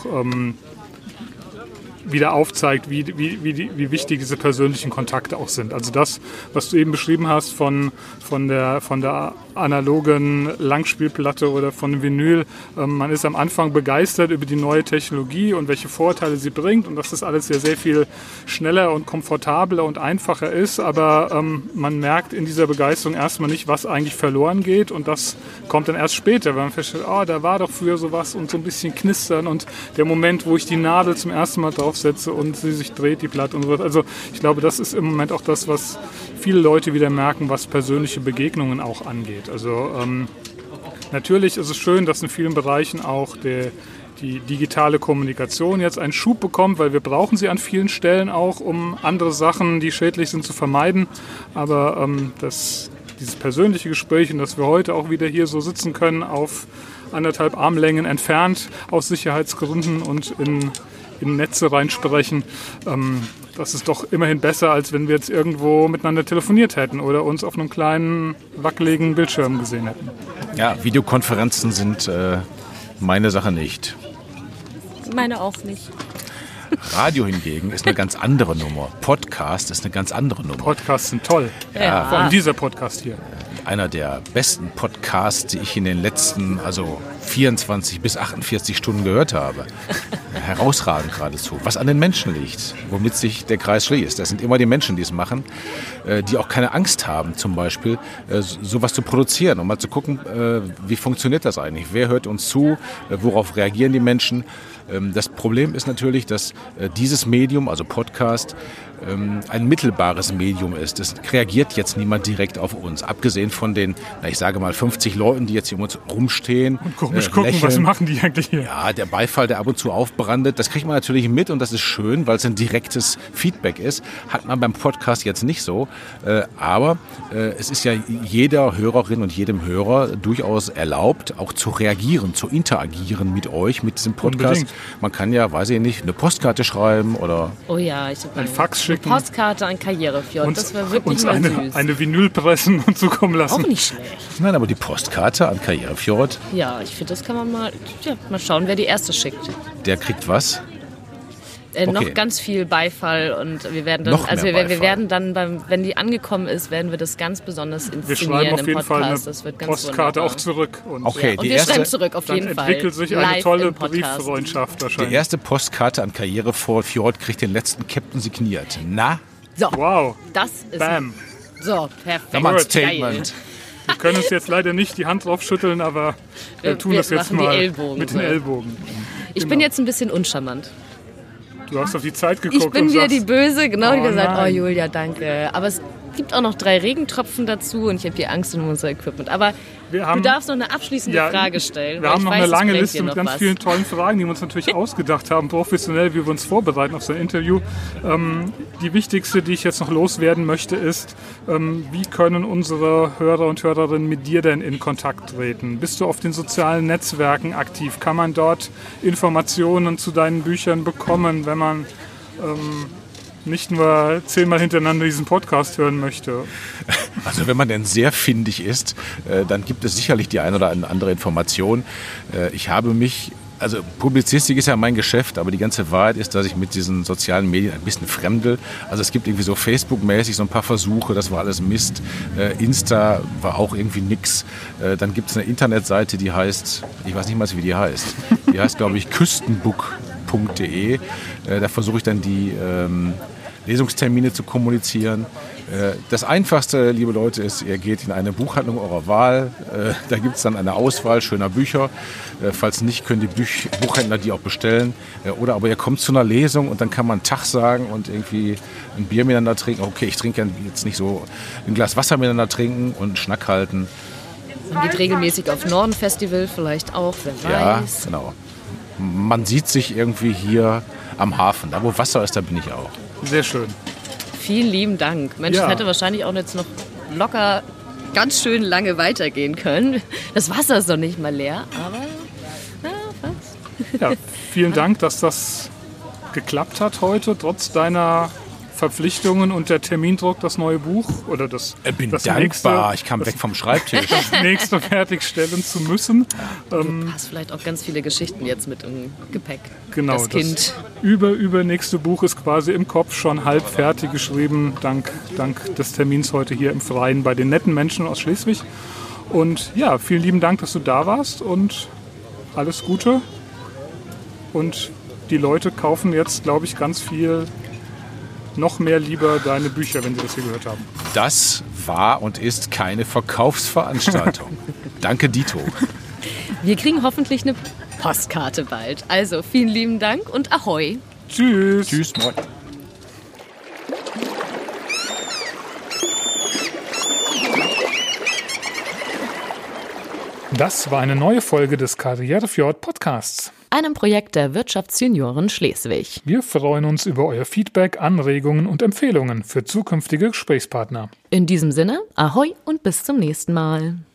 wieder aufzeigt, wie wichtig diese persönlichen Kontakte auch sind. Also das, was du eben beschrieben hast von der analogen Langspielplatte oder von dem Vinyl. Man ist am Anfang begeistert über die neue Technologie und welche Vorteile sie bringt und dass das alles sehr, sehr viel schneller und komfortabler und einfacher ist. Aber man merkt in dieser Begeisterung erstmal nicht, was eigentlich verloren geht, und das kommt dann erst später, wenn man feststellt, da war doch früher sowas und so ein bisschen knistern und der Moment, wo ich die Nadel zum ersten Mal draufsetze und sie sich dreht, die Platte und so. Also ich glaube, das ist im Moment auch das, was viele Leute wieder merken, was persönliche Begegnungen auch angeht. Also natürlich ist es schön, dass in vielen Bereichen auch die digitale Kommunikation jetzt einen Schub bekommt, weil wir brauchen sie an vielen Stellen auch, um andere Sachen, die schädlich sind, zu vermeiden. Aber dieses persönliche Gespräch, und dass wir heute auch wieder hier so sitzen können, auf 1,5 Armlängen entfernt, aus Sicherheitsgründen und in Netze reinsprechen, das ist doch immerhin besser, als wenn wir jetzt irgendwo miteinander telefoniert hätten oder uns auf einem kleinen, wackeligen Bildschirm gesehen hätten. Ja, Videokonferenzen sind meine Sache nicht. Meine auch nicht. Radio hingegen ist eine ganz andere Nummer. Podcast ist eine ganz andere Nummer. Podcasts sind toll. Ja. Vor allem dieser Podcast hier. Einer der besten Podcasts, die ich in den letzten 24 bis 48 Stunden gehört habe. Herausragend geradezu. Was an den Menschen liegt, womit sich der Kreis schließt. Das sind immer die Menschen, die es machen, die auch keine Angst haben, zum Beispiel sowas zu produzieren, um mal zu gucken, wie funktioniert das eigentlich? Wer hört uns zu? Worauf reagieren die Menschen? Das Problem ist natürlich, dass dieses Medium, also Podcast, ein mittelbares Medium ist. Es reagiert jetzt niemand direkt auf uns. Abgesehen von den, ich sage mal 50 Leuten, die jetzt hier um uns rumstehen. Und komisch gucken, lächeln. Was machen die eigentlich hier? Ja, der Beifall, der ab und zu aufbrandet, das kriegt man natürlich mit und das ist schön, weil es ein direktes Feedback ist. Hat man beim Podcast jetzt nicht so. Aber es ist ja jeder Hörerin und jedem Hörer durchaus erlaubt, auch zu reagieren, zu interagieren mit euch, mit diesem Podcast. Unbedingt. Man kann ja, weiß ich nicht, eine Postkarte schreiben oder ein Fax schicken. Eine Postkarte an Karrierefjord, das war wirklich uns mal süß. eine Vinyl pressen und zukommen lassen. Auch nicht schlecht. Nein, aber die Postkarte an Karrierefjord. Ja, ich finde, das kann man mal schauen, wer die erste schickt. Der kriegt was? Okay. Noch ganz viel Beifall und wir werden dann, wenn die angekommen ist, werden wir das ganz besonders inszenieren wir schreiben auf im jeden Podcast. Fall eine das wird ganz Postkarte wunderbar. auch zurück. Und okay, und wir schreiben zurück auf jeden Fall. Dann entwickelt sich eine tolle Brieffreundschaft wahrscheinlich. Die erste Postkarte an Karrierefjord kriegt den letzten Captain signiert. Na? So, wow. Das ist Bam. So, perfekt. Nochmal ein Statement. Wir können uns jetzt leider nicht die Hand drauf schütteln, aber wir tun das jetzt mal mit den Ellbogen. Ich bin jetzt ein bisschen uncharmant. Du hast auf die Zeit geguckt. Ich bin und wieder sagst, die Böse, genau, die gesagt, nein. oh Julia, danke. Aber es gibt auch noch 3 Regentropfen dazu und ich habe hier Angst um unser Equipment. Aber du darfst noch eine abschließende Frage stellen. Wir haben noch eine lange Liste mit ganz was. vielen tollen Fragen, die wir uns natürlich ausgedacht haben, professionell, wie wir uns vorbereiten auf so ein Interview. Die wichtigste, die ich jetzt noch loswerden möchte, ist, wie können unsere Hörer und Hörerinnen mit dir denn in Kontakt treten? Bist du auf den sozialen Netzwerken aktiv? Kann man dort Informationen zu deinen Büchern bekommen, wenn man nicht nur 10-mal hintereinander diesen Podcast hören möchte? Also wenn man denn sehr findig ist, dann gibt es sicherlich die eine oder andere Information. Ich habe mich, also Publizistik ist ja mein Geschäft, aber die ganze Wahrheit ist, dass ich mit diesen sozialen Medien ein bisschen fremdel. Also es gibt irgendwie so Facebook-mäßig so ein paar Versuche, das war alles Mist. Insta war auch irgendwie nix. Dann gibt es eine Internetseite, die heißt, ich weiß nicht mal, wie die heißt. Die heißt, glaube ich, küstenbook.de. Da versuche ich dann die Lesungstermine zu kommunizieren. Das Einfachste, liebe Leute, ist, ihr geht in eine Buchhandlung eurer Wahl. Da gibt es dann eine Auswahl schöner Bücher. Falls nicht, können die Buchhändler die auch bestellen. Oder aber ihr kommt zu einer Lesung und dann kann man Tag sagen und irgendwie ein Bier miteinander trinken. Okay, ich trinke jetzt nicht so ein Glas Wasser miteinander trinken und einen Schnack halten. Man geht regelmäßig auf Norden-Festival vielleicht auch, wer weiß. Ja, genau. Man sieht sich irgendwie hier am Hafen. Da, wo Wasser ist, da bin ich auch. Sehr schön. Vielen lieben Dank. Mensch, das hätte wahrscheinlich auch jetzt noch locker ganz schön lange weitergehen können. Das Wasser ist noch nicht mal leer, aber fast. Ja, vielen Dank, dass das geklappt hat heute, trotz deiner Verpflichtungen und der Termindruck, das neue Buch oder das bin das dankbar, nächste, ich kam weg vom Schreibtisch. Das nächste fertigstellen zu müssen. Du hast vielleicht auch ganz viele Geschichten jetzt mit im Gepäck. Genau, das Kind. Übernächste Buch ist quasi im Kopf schon halb fertig geschrieben, dank des Termins heute hier im Freien bei den netten Menschen aus Schleswig. Und ja, vielen lieben Dank, dass du da warst und alles Gute. Und die Leute kaufen jetzt, glaube ich, ganz viel noch mehr lieber deine Bücher, wenn sie das hier gehört haben. Das war und ist keine Verkaufsveranstaltung. Danke, Dito. Wir kriegen hoffentlich eine Postkarte bald. Also vielen lieben Dank und Ahoi. Tschüss. Tschüss, moin. Das war eine neue Folge des Karrierefjord Podcasts. Einem Projekt der Wirtschaftsjunioren Schleswig. Wir freuen uns über euer Feedback, Anregungen und Empfehlungen für zukünftige Gesprächspartner. In diesem Sinne, Ahoi und bis zum nächsten Mal.